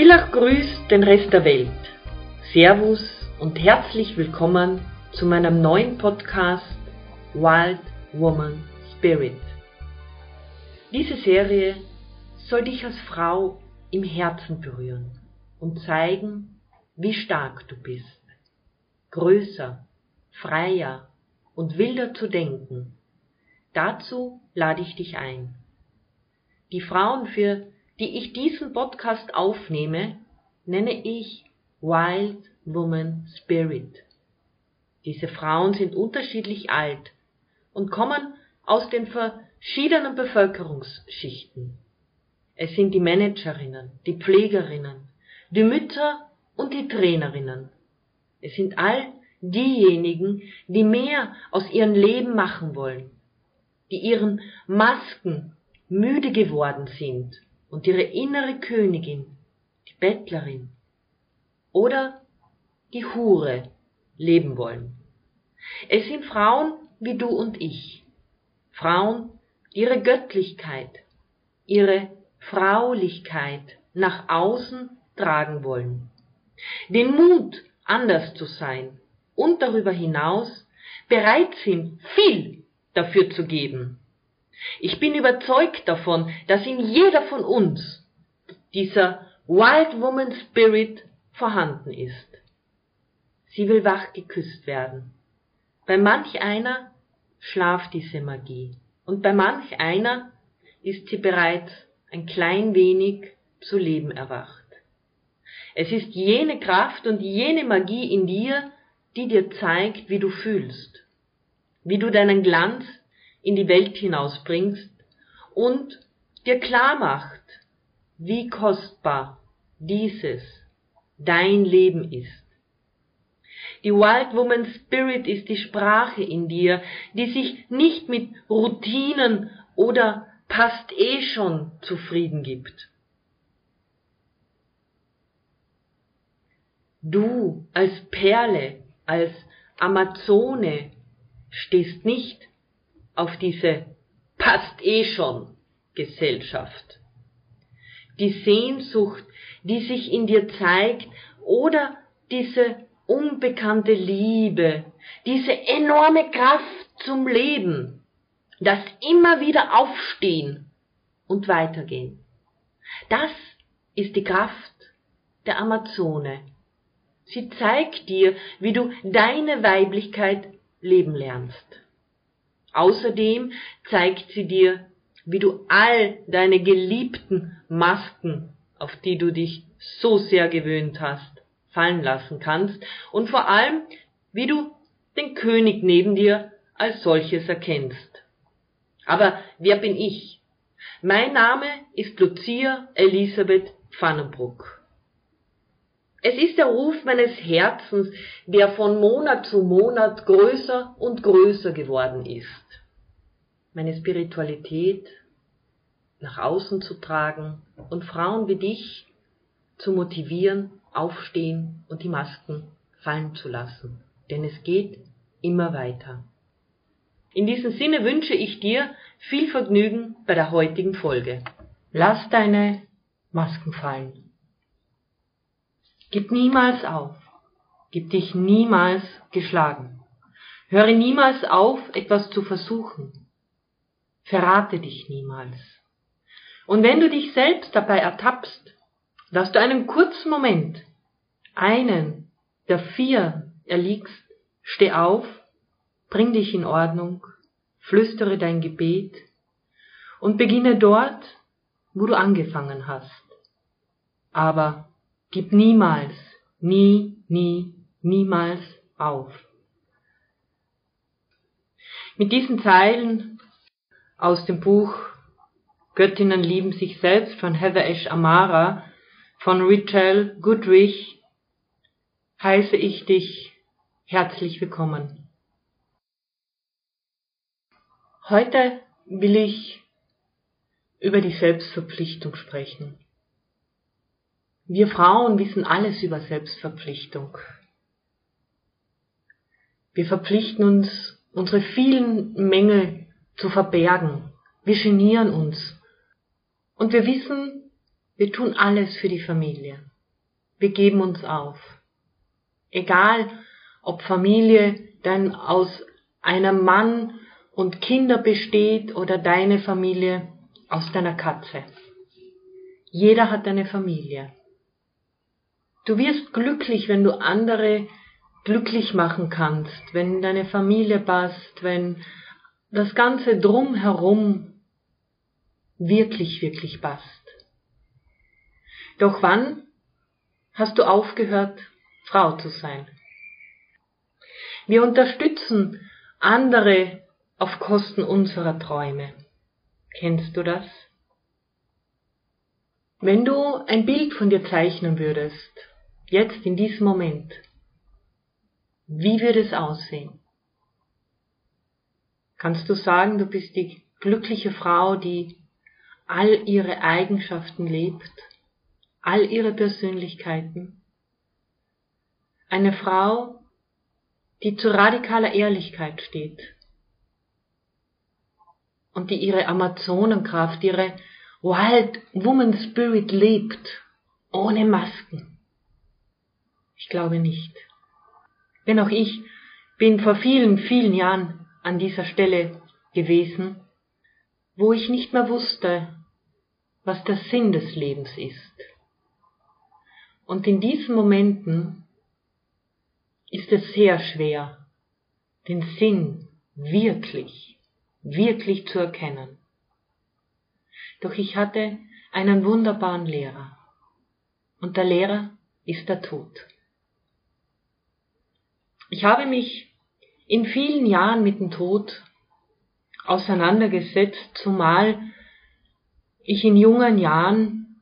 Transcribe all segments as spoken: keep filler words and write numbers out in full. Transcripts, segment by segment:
Villach grüßt den Rest der Welt. Servus und herzlich willkommen zu meinem neuen Podcast Wild Woman Spirit. Diese Serie soll dich als Frau im Herzen berühren und zeigen, wie stark du bist. Größer, freier und wilder zu denken. Dazu lade ich dich ein. Die Frauen, für die ich diesen Podcast aufnehme, nenne ich Wild Woman Spirit. Diese Frauen sind unterschiedlich alt und kommen aus den verschiedenen Bevölkerungsschichten. Es sind die Managerinnen, die Pflegerinnen, die Mütter und die Trainerinnen. Es sind all diejenigen, die mehr aus ihrem Leben machen wollen, die ihren Masken müde geworden sind und ihre innere Königin, die Bettlerin oder die Hure leben wollen. Es sind Frauen wie du und ich, Frauen, die ihre Göttlichkeit, ihre Fraulichkeit nach außen tragen wollen, den Mut, anders zu sein und darüber hinaus bereit sind, viel dafür zu geben. Ich bin überzeugt davon, dass in jeder von uns dieser Wild Woman Spirit vorhanden ist. Sie will wach geküsst werden. Bei manch einer schlaft diese Magie und bei manch einer ist sie bereits ein klein wenig zu Leben erwacht. Es ist jene Kraft und jene Magie in dir, die dir zeigt, wie du fühlst, wie du deinen Glanz in die Welt hinausbringst und dir klar macht, wie kostbar dieses, dein Leben ist. Die Wild Woman Spirit ist die Sprache in dir, die sich nicht mit Routinen oder passt eh schon zufrieden gibt. Du als Perle, als Amazone stehst nicht auf diese passt eh schon Gesellschaft. Die Sehnsucht, die sich in dir zeigt, oder diese unbekannte Liebe, diese enorme Kraft zum Leben, das immer wieder Aufstehen und Weitergehen. Das ist die Kraft der Amazone. Sie zeigt dir, wie du deine Weiblichkeit leben lernst. Außerdem zeigt sie dir, wie du all deine geliebten Masken, auf die du dich so sehr gewöhnt hast, fallen lassen kannst und vor allem, wie du den König neben dir als solches erkennst. Aber wer bin ich? Mein Name ist Lucia Elisabeth Pfannenbruck. Es ist der Ruf meines Herzens, der von Monat zu Monat größer und größer geworden ist. Meine Spiritualität nach außen zu tragen und Frauen wie dich zu motivieren, aufstehen und die Masken fallen zu lassen. Denn es geht immer weiter. In diesem Sinne wünsche ich dir viel Vergnügen bei der heutigen Folge. Lass deine Masken fallen. Gib niemals auf. Gib dich niemals geschlagen. Höre niemals auf, etwas zu versuchen. Verrate dich niemals. Und wenn du dich selbst dabei ertappst, dass du einen kurzen Moment, einen der vier erliegst, steh auf, bring dich in Ordnung, flüstere dein Gebet und beginne dort, wo du angefangen hast. Aber gib niemals, nie, nie, niemals auf. Mit diesen Zeilen aus dem Buch Göttinnen lieben sich selbst von Heather Ash Amara von Rachel Goodrich heiße ich dich herzlich willkommen. Heute will ich über die Selbstverpflichtung sprechen. Wir Frauen wissen alles über Selbstverpflichtung. Wir verpflichten uns, unsere vielen Mängel zu verbergen. Wir genieren uns. Und wir wissen, wir tun alles für die Familie. wir geben uns auf. Egal, ob Familie dann aus einem Mann und Kinder besteht oder deine Familie aus deiner Katze. Jeder hat eine Familie. Du wirst glücklich, wenn du andere glücklich machen kannst, wenn deine Familie passt, wenn das Ganze drumherum wirklich, wirklich passt. Doch wann hast du aufgehört, Frau zu sein? Wir unterstützen andere auf Kosten unserer Träume. Kennst du das? Wenn du ein Bild von dir zeichnen würdest, jetzt in diesem Moment, wie würde es aussehen? Kannst du sagen, du bist die glückliche Frau, die all ihre Eigenschaften lebt, all ihre Persönlichkeiten? Eine Frau, die zu radikaler Ehrlichkeit steht und die ihre Amazonenkraft, ihre Wild Woman Spirit lebt, ohne Masken. Ich glaube nicht. Denn auch ich bin vor vielen, vielen Jahren an dieser Stelle gewesen, wo ich nicht mehr wusste, was der Sinn des Lebens ist. Und in diesen Momenten ist es sehr schwer, den Sinn wirklich, wirklich zu erkennen. Doch ich hatte einen wunderbaren Lehrer. Und der Lehrer ist der Tod. Ich habe mich in vielen Jahren mit dem Tod auseinandergesetzt, zumal ich in jungen Jahren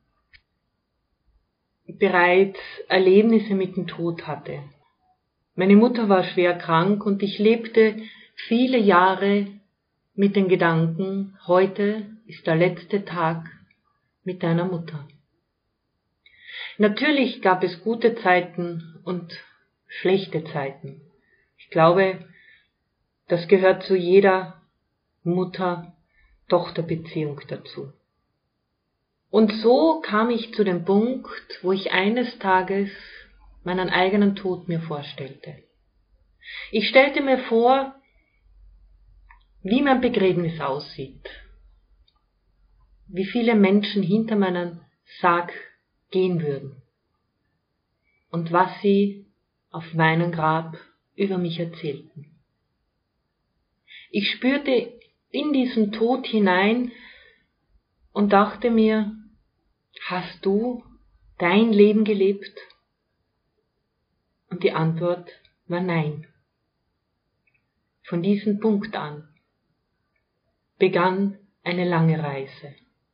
bereits Erlebnisse mit dem Tod hatte. Meine Mutter war schwer krank und ich lebte viele Jahre mit den Gedanken, heute ist der letzte Tag mit deiner Mutter. Natürlich gab es gute Zeiten und schlechte Zeiten. Ich glaube, das gehört zu jeder Mutter-Tochter-Beziehung dazu. Und so kam ich zu dem Punkt, wo ich eines Tages meinen eigenen Tod mir vorstellte. Ich stellte mir vor, wie mein Begräbnis aussieht, wie viele Menschen hinter meinen Sarg gehen würden und was sie auf meinem Grab über mich erzählten. Ich spürte in diesen Tod hinein und dachte mir, hast du dein Leben gelebt? Und die Antwort war nein. Von diesem Punkt an begann eine lange Reise.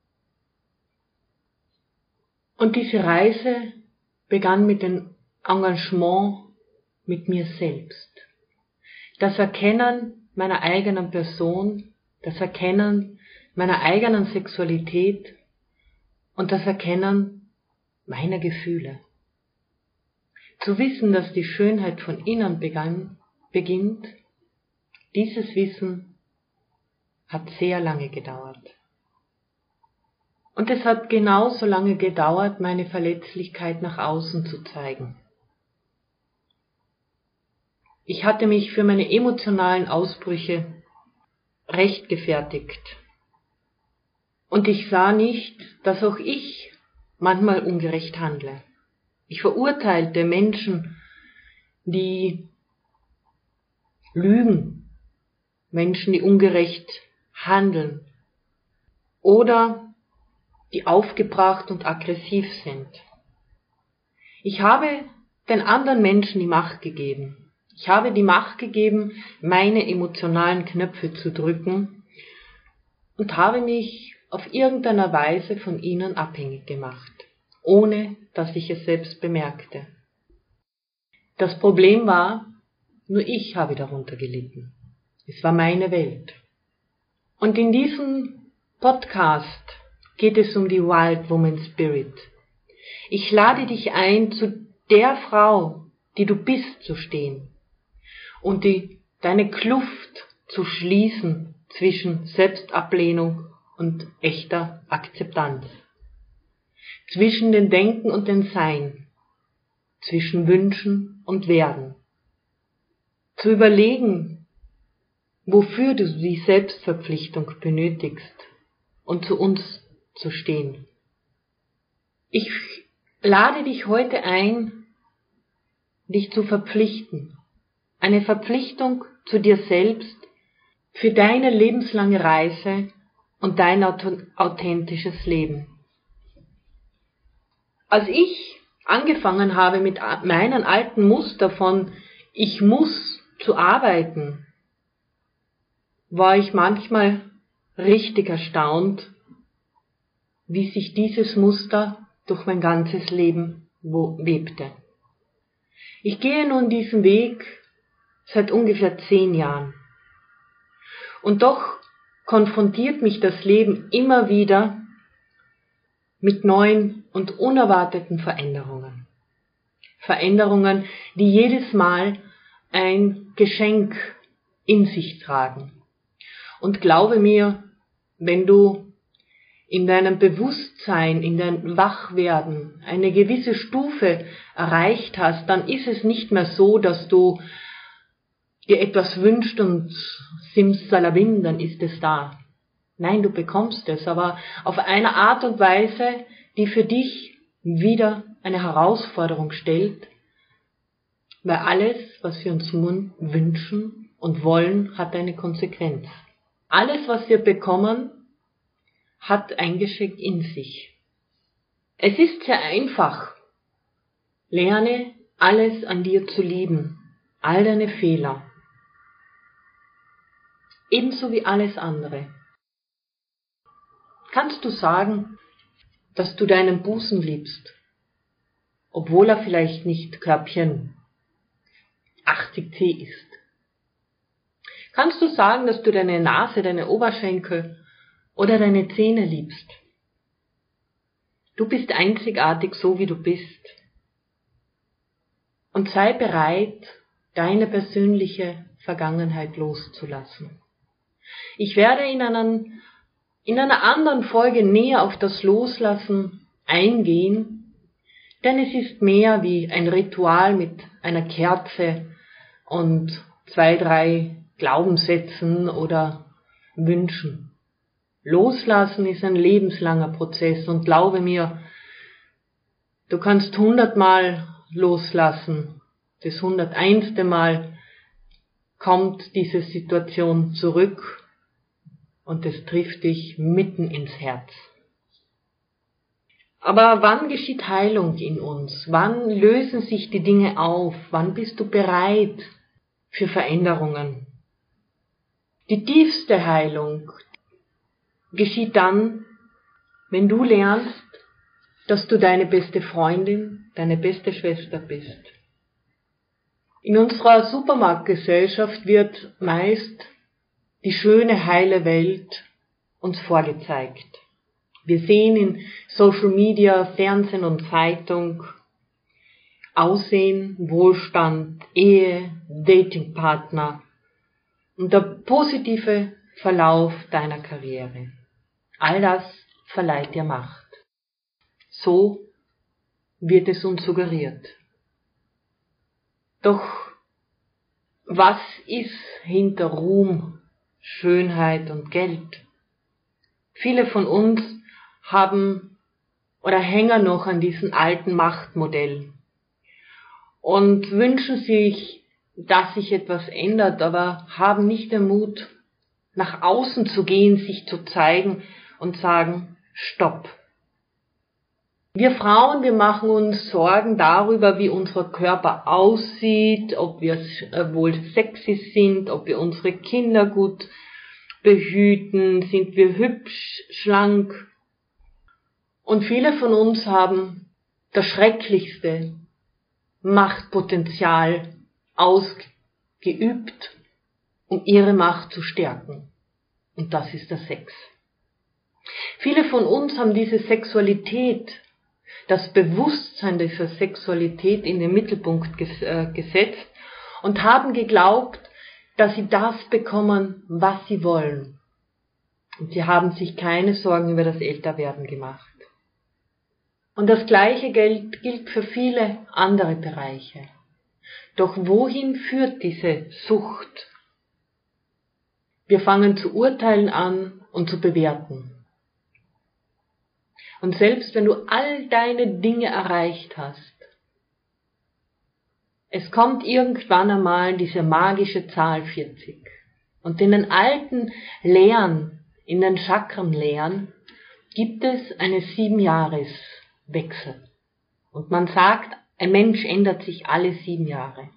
Und diese Reise begann mit dem Engagement mit mir selbst. Das Erkennen meiner eigenen Person, das Erkennen meiner eigenen Sexualität und das Erkennen meiner Gefühle. Zu wissen, dass die Schönheit von innen begann, beginnt, dieses Wissen hat sehr lange gedauert. Und es hat genauso lange gedauert, meine Verletzlichkeit nach außen zu zeigen. Ich hatte mich für meine emotionalen Ausbrüche rechtfertigt. Und ich sah nicht, dass auch ich manchmal ungerecht handle. Ich verurteilte Menschen, die lügen, Menschen, die ungerecht handeln oder die aufgebracht und aggressiv sind. Ich habe den anderen Menschen die Macht gegeben. Ich habe die Macht gegeben, meine emotionalen Knöpfe zu drücken und habe mich auf irgendeiner Weise von ihnen abhängig gemacht, ohne dass ich es selbst bemerkte. Das Problem war, nur ich habe darunter gelitten. Es war meine Welt. Und in diesem Podcast geht es um die Wild Woman Spirit. Ich lade dich ein, zu der Frau, die du bist, zu stehen und die, deine Kluft zu schließen zwischen Selbstablehnung und echter Akzeptanz, zwischen dem Denken und dem Sein, zwischen Wünschen und Werden. Zu überlegen, wofür du die Selbstverpflichtung benötigst und zu uns zu stehen. Ich lade dich heute ein, dich zu verpflichten. Eine Verpflichtung zu dir selbst für deine lebenslange Reise und dein authentisches Leben. Als ich angefangen habe mit meinen alten Muster von ich muss zu arbeiten, war ich manchmal richtig erstaunt, wie sich dieses Muster durch mein ganzes Leben webte. Ich gehe nun diesen Weg seit ungefähr zehn Jahren. Und doch konfrontiert mich das Leben immer wieder mit neuen und unerwarteten Veränderungen. Veränderungen, die jedes Mal ein Geschenk in sich tragen. Und glaube mir, wenn du in deinem Bewusstsein, in deinem Wachwerden eine gewisse Stufe erreicht hast, dann ist es nicht mehr so, dass du dir etwas wünschst und simsalabim, dann ist es da. Nein, du bekommst es, aber auf eine Art und Weise, die für dich wieder eine Herausforderung stellt, weil alles, was wir uns wünschen und wollen, hat eine Konsequenz. Alles, was wir bekommen, hat ein Geschenk in sich. Es ist sehr einfach. Lerne alles an dir zu lieben, all deine Fehler, ebenso wie alles andere. Kannst du sagen, dass du deinen Busen liebst, obwohl er vielleicht nicht Körbchen achtzig C ist? Kannst du sagen, dass du deine Nase, deine Oberschenkel oder deine Zähne liebst? Du bist einzigartig, so wie du bist. Und sei bereit, deine persönliche Vergangenheit loszulassen. Ich werde in, einen, in einer anderen Folge näher auf das Loslassen eingehen, denn es ist mehr wie ein Ritual mit einer Kerze und zwei, drei Glaubenssätzen oder Wünschen. Loslassen ist ein lebenslanger Prozess und glaube mir, du kannst hundertmal loslassen. Das hunderteinste Mal kommt diese Situation zurück und es trifft dich mitten ins Herz. Aber wann geschieht Heilung in uns? Wann lösen sich die Dinge auf? Wann bist du bereit für Veränderungen? Die tiefste Heilung geschieht dann, wenn du lernst, dass du deine beste Freundin, deine beste Schwester bist. In unserer Supermarktgesellschaft wird meist die schöne, heile Welt uns vorgezeigt. Wir sehen in Social Media, Fernsehen und Zeitung Aussehen, Wohlstand, Ehe, Datingpartner und der positive Verlauf deiner Karriere. All das verleiht dir Macht. So wird es uns suggeriert. Doch was ist hinter Ruhm, Schönheit und Geld? Viele von uns haben oder hängen noch an diesem alten Machtmodell und wünschen sich, dass sich etwas ändert, aber haben nicht den Mut, nach außen zu gehen, sich zu zeigen und sagen, stopp. Wir Frauen, wir machen uns Sorgen darüber, wie unser Körper aussieht, ob wir wohl sexy sind, ob wir unsere Kinder gut behüten, sind wir hübsch, schlank. Und viele von uns haben das schrecklichste Machtpotenzial ausgeübt, um ihre Macht zu stärken. Und das ist der Sex. Viele von uns haben diese Sexualität, das Bewusstsein dieser Sexualität in den Mittelpunkt ges- äh, gesetzt und haben geglaubt, dass sie das bekommen, was sie wollen. Und sie haben sich keine Sorgen über das Älterwerden gemacht. Und das Gleiche gilt, gilt für viele andere Bereiche. Doch wohin führt diese Sucht? Wir fangen zu urteilen an und zu bewerten. Und selbst wenn du all deine Dinge erreicht hast, es kommt irgendwann einmal diese magische Zahl vierzig. Und in den alten Lehren, in den Chakrenlehren, gibt es eine Siebenjahreswechsel. Und man sagt, ein Mensch ändert sich alle sieben Jahre.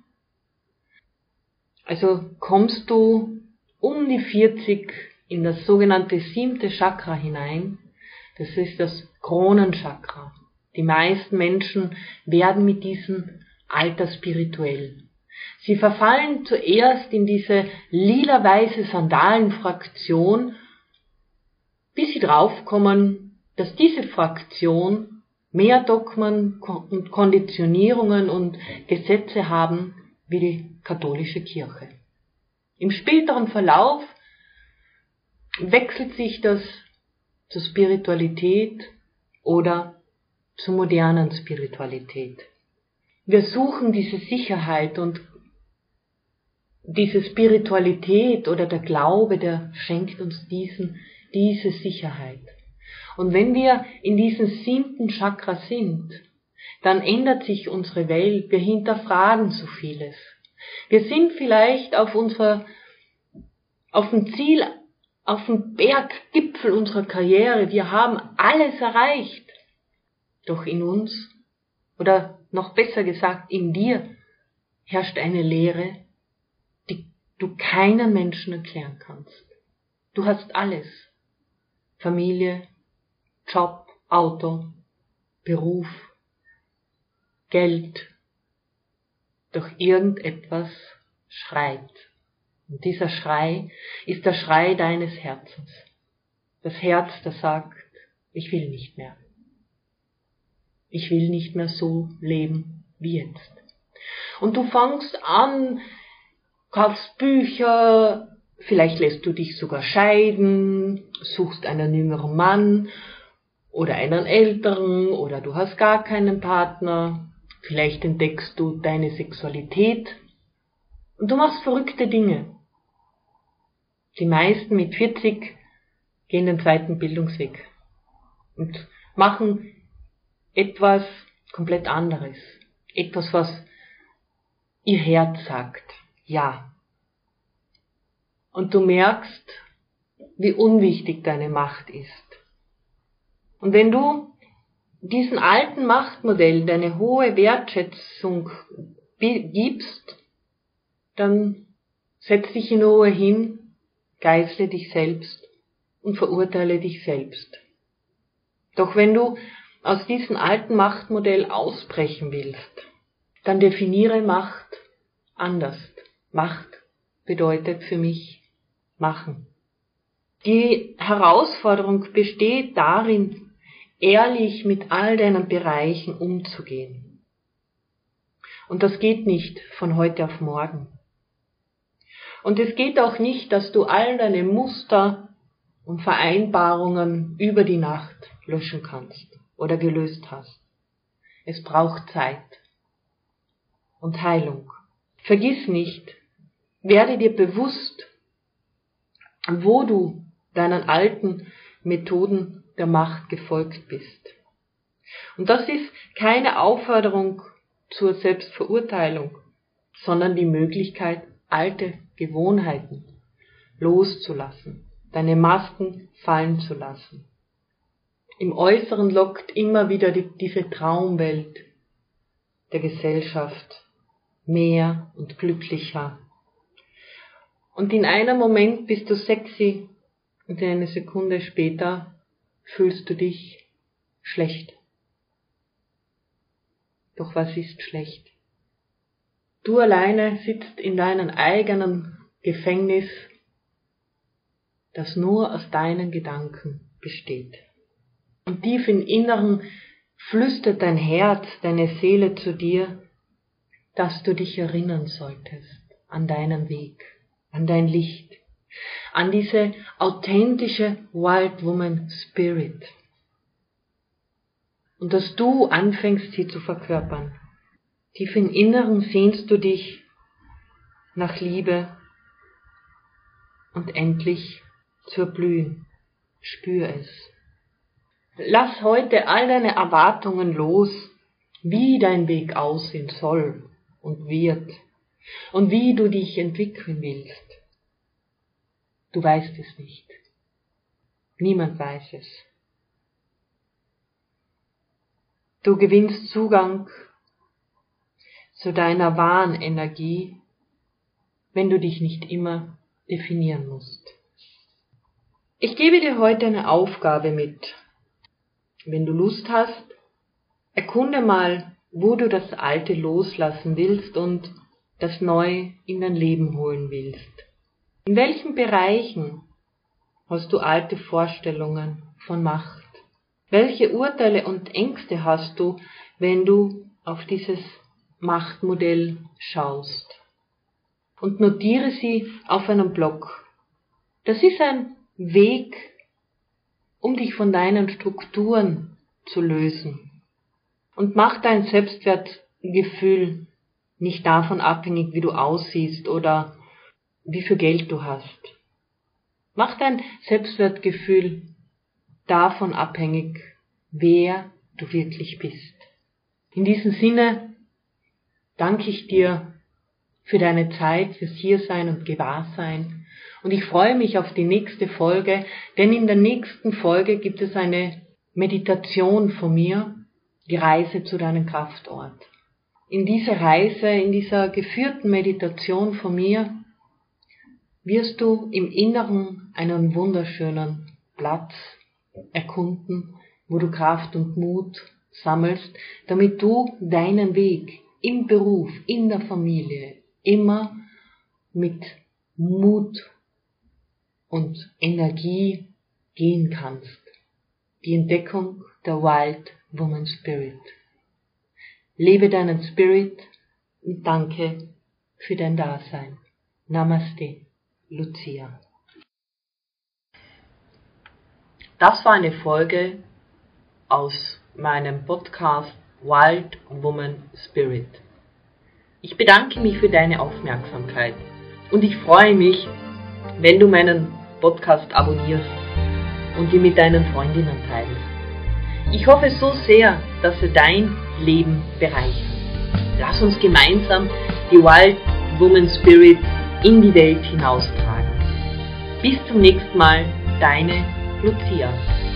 Also kommst du um die vierzig in das sogenannte siebte Chakra hinein. Das ist das Kronenchakra. Die meisten Menschen werden mit diesem Alter spirituell. Sie verfallen zuerst in diese lila-weiße Sandalenfraktion, bis sie draufkommen, dass diese Fraktion mehr Dogmen und Konditionierungen und Gesetze haben wie die katholische Kirche. Im späteren Verlauf wechselt sich das zur Spiritualität oder zur modernen Spiritualität. Wir suchen diese Sicherheit und diese Spiritualität oder der Glaube, der schenkt uns diesen, diese Sicherheit. Und wenn wir in diesem siebten Chakra sind, dann ändert sich unsere Welt, wir hinterfragen so vieles. Wir sind vielleicht auf unserer, auf dem Ziel, auf dem Berggipfel unserer Karriere, wir haben alles erreicht. Doch in uns, oder noch besser gesagt, in dir herrscht eine Leere, die du keinem Menschen erklären kannst. Du hast alles. Familie, Job, Auto, Beruf, Geld. Doch irgendetwas schreit. Und dieser Schrei ist der Schrei deines Herzens. Das Herz, das sagt, ich will nicht mehr. Ich will nicht mehr so leben wie jetzt. Und du fängst an, kaufst Bücher, vielleicht lässt du dich sogar scheiden, suchst einen jüngeren Mann oder einen älteren oder du hast gar keinen Partner. Vielleicht entdeckst du deine Sexualität und du machst verrückte Dinge. Die meisten mit vierzig gehen den zweiten Bildungsweg und machen etwas komplett anderes. Etwas, was ihr Herz sagt. Ja. Und du merkst, wie unwichtig deine Macht ist. Und wenn du diesen alten Machtmodell deine hohe Wertschätzung gibst, dann setz dich in Ruhe hin, geißle dich selbst und verurteile dich selbst. Doch wenn du aus diesem alten Machtmodell ausbrechen willst, dann definiere Macht anders. Macht bedeutet für mich machen. Die Herausforderung besteht darin, ehrlich mit all deinen Bereichen umzugehen. Und das geht nicht von heute auf morgen. Und es geht auch nicht, dass du all deine Muster und Vereinbarungen über die Nacht löschen kannst oder gelöst hast. Es braucht Zeit und Heilung. Vergiss nicht, werde dir bewusst, wo du deinen alten Methoden der Macht gefolgt bist. Und das ist keine Aufforderung zur Selbstverurteilung, sondern die Möglichkeit, alte Gewohnheiten loszulassen, deine Masken fallen zu lassen. Im Äußeren lockt immer wieder die, diese Traumwelt der Gesellschaft, mehr und glücklicher. Und in einem Moment bist du sexy und eine Sekunde später fühlst du dich schlecht. Doch was ist schlecht? Du alleine sitzt in deinem eigenen Gefängnis, das nur aus deinen Gedanken besteht. Und tief im Inneren flüstert dein Herz, deine Seele zu dir, dass du dich erinnern solltest an deinen Weg, an dein Licht, an diese authentische Wild Woman Spirit. und dass du anfängst, sie zu verkörpern. Tief im Inneren sehnst du dich nach Liebe und endlich zu erblühen. Spür es. Lass heute all deine Erwartungen los, wie dein Weg aussehen soll und wird und wie du dich entwickeln willst. Du weißt es nicht. Niemand weiß es. Du gewinnst Zugang zu deiner wahren Energie, wenn du dich nicht immer definieren musst. Ich gebe dir heute eine Aufgabe mit. Wenn du Lust hast, erkunde mal, wo du das Alte loslassen willst und das Neue in dein Leben holen willst. In welchen Bereichen hast du alte Vorstellungen von Macht? Welche Urteile und Ängste hast du, wenn du auf dieses Machtmodell schaust? Und notiere sie auf einem Block. Das ist ein Weg, um dich von deinen Strukturen zu lösen. Und mach dein Selbstwertgefühl nicht davon abhängig, wie du aussiehst oder wie viel Geld du hast. Mach dein Selbstwertgefühl davon abhängig, wer du wirklich bist. In diesem Sinne danke ich dir für deine Zeit, fürs Hiersein und Gewahrsein. Und ich freue mich auf die nächste Folge, denn in der nächsten Folge gibt es eine Meditation von mir, die Reise zu deinem Kraftort. In dieser Reise, in dieser geführten Meditation von mir, wirst du im Inneren einen wunderschönen Platz erkunden, wo du Kraft und Mut sammelst, damit du deinen Weg im Beruf, in der Familie immer mit Mut und Energie gehen kannst. Die Entdeckung der Wild Woman Spirit. Lebe deinen Spirit und danke für dein Dasein. Namaste, Lucia. Das war eine Folge aus meinem Podcast Wild Woman Spirit. Ich bedanke mich für deine Aufmerksamkeit und ich freue mich, wenn du meinen Podcast abonnierst und ihn mit deinen Freundinnen teilst. Ich hoffe so sehr, dass er dein Leben bereichert. Lass uns gemeinsam die Wild Woman Spirit in die Welt hinaustragen. Bis zum nächsten Mal, deine Lucia.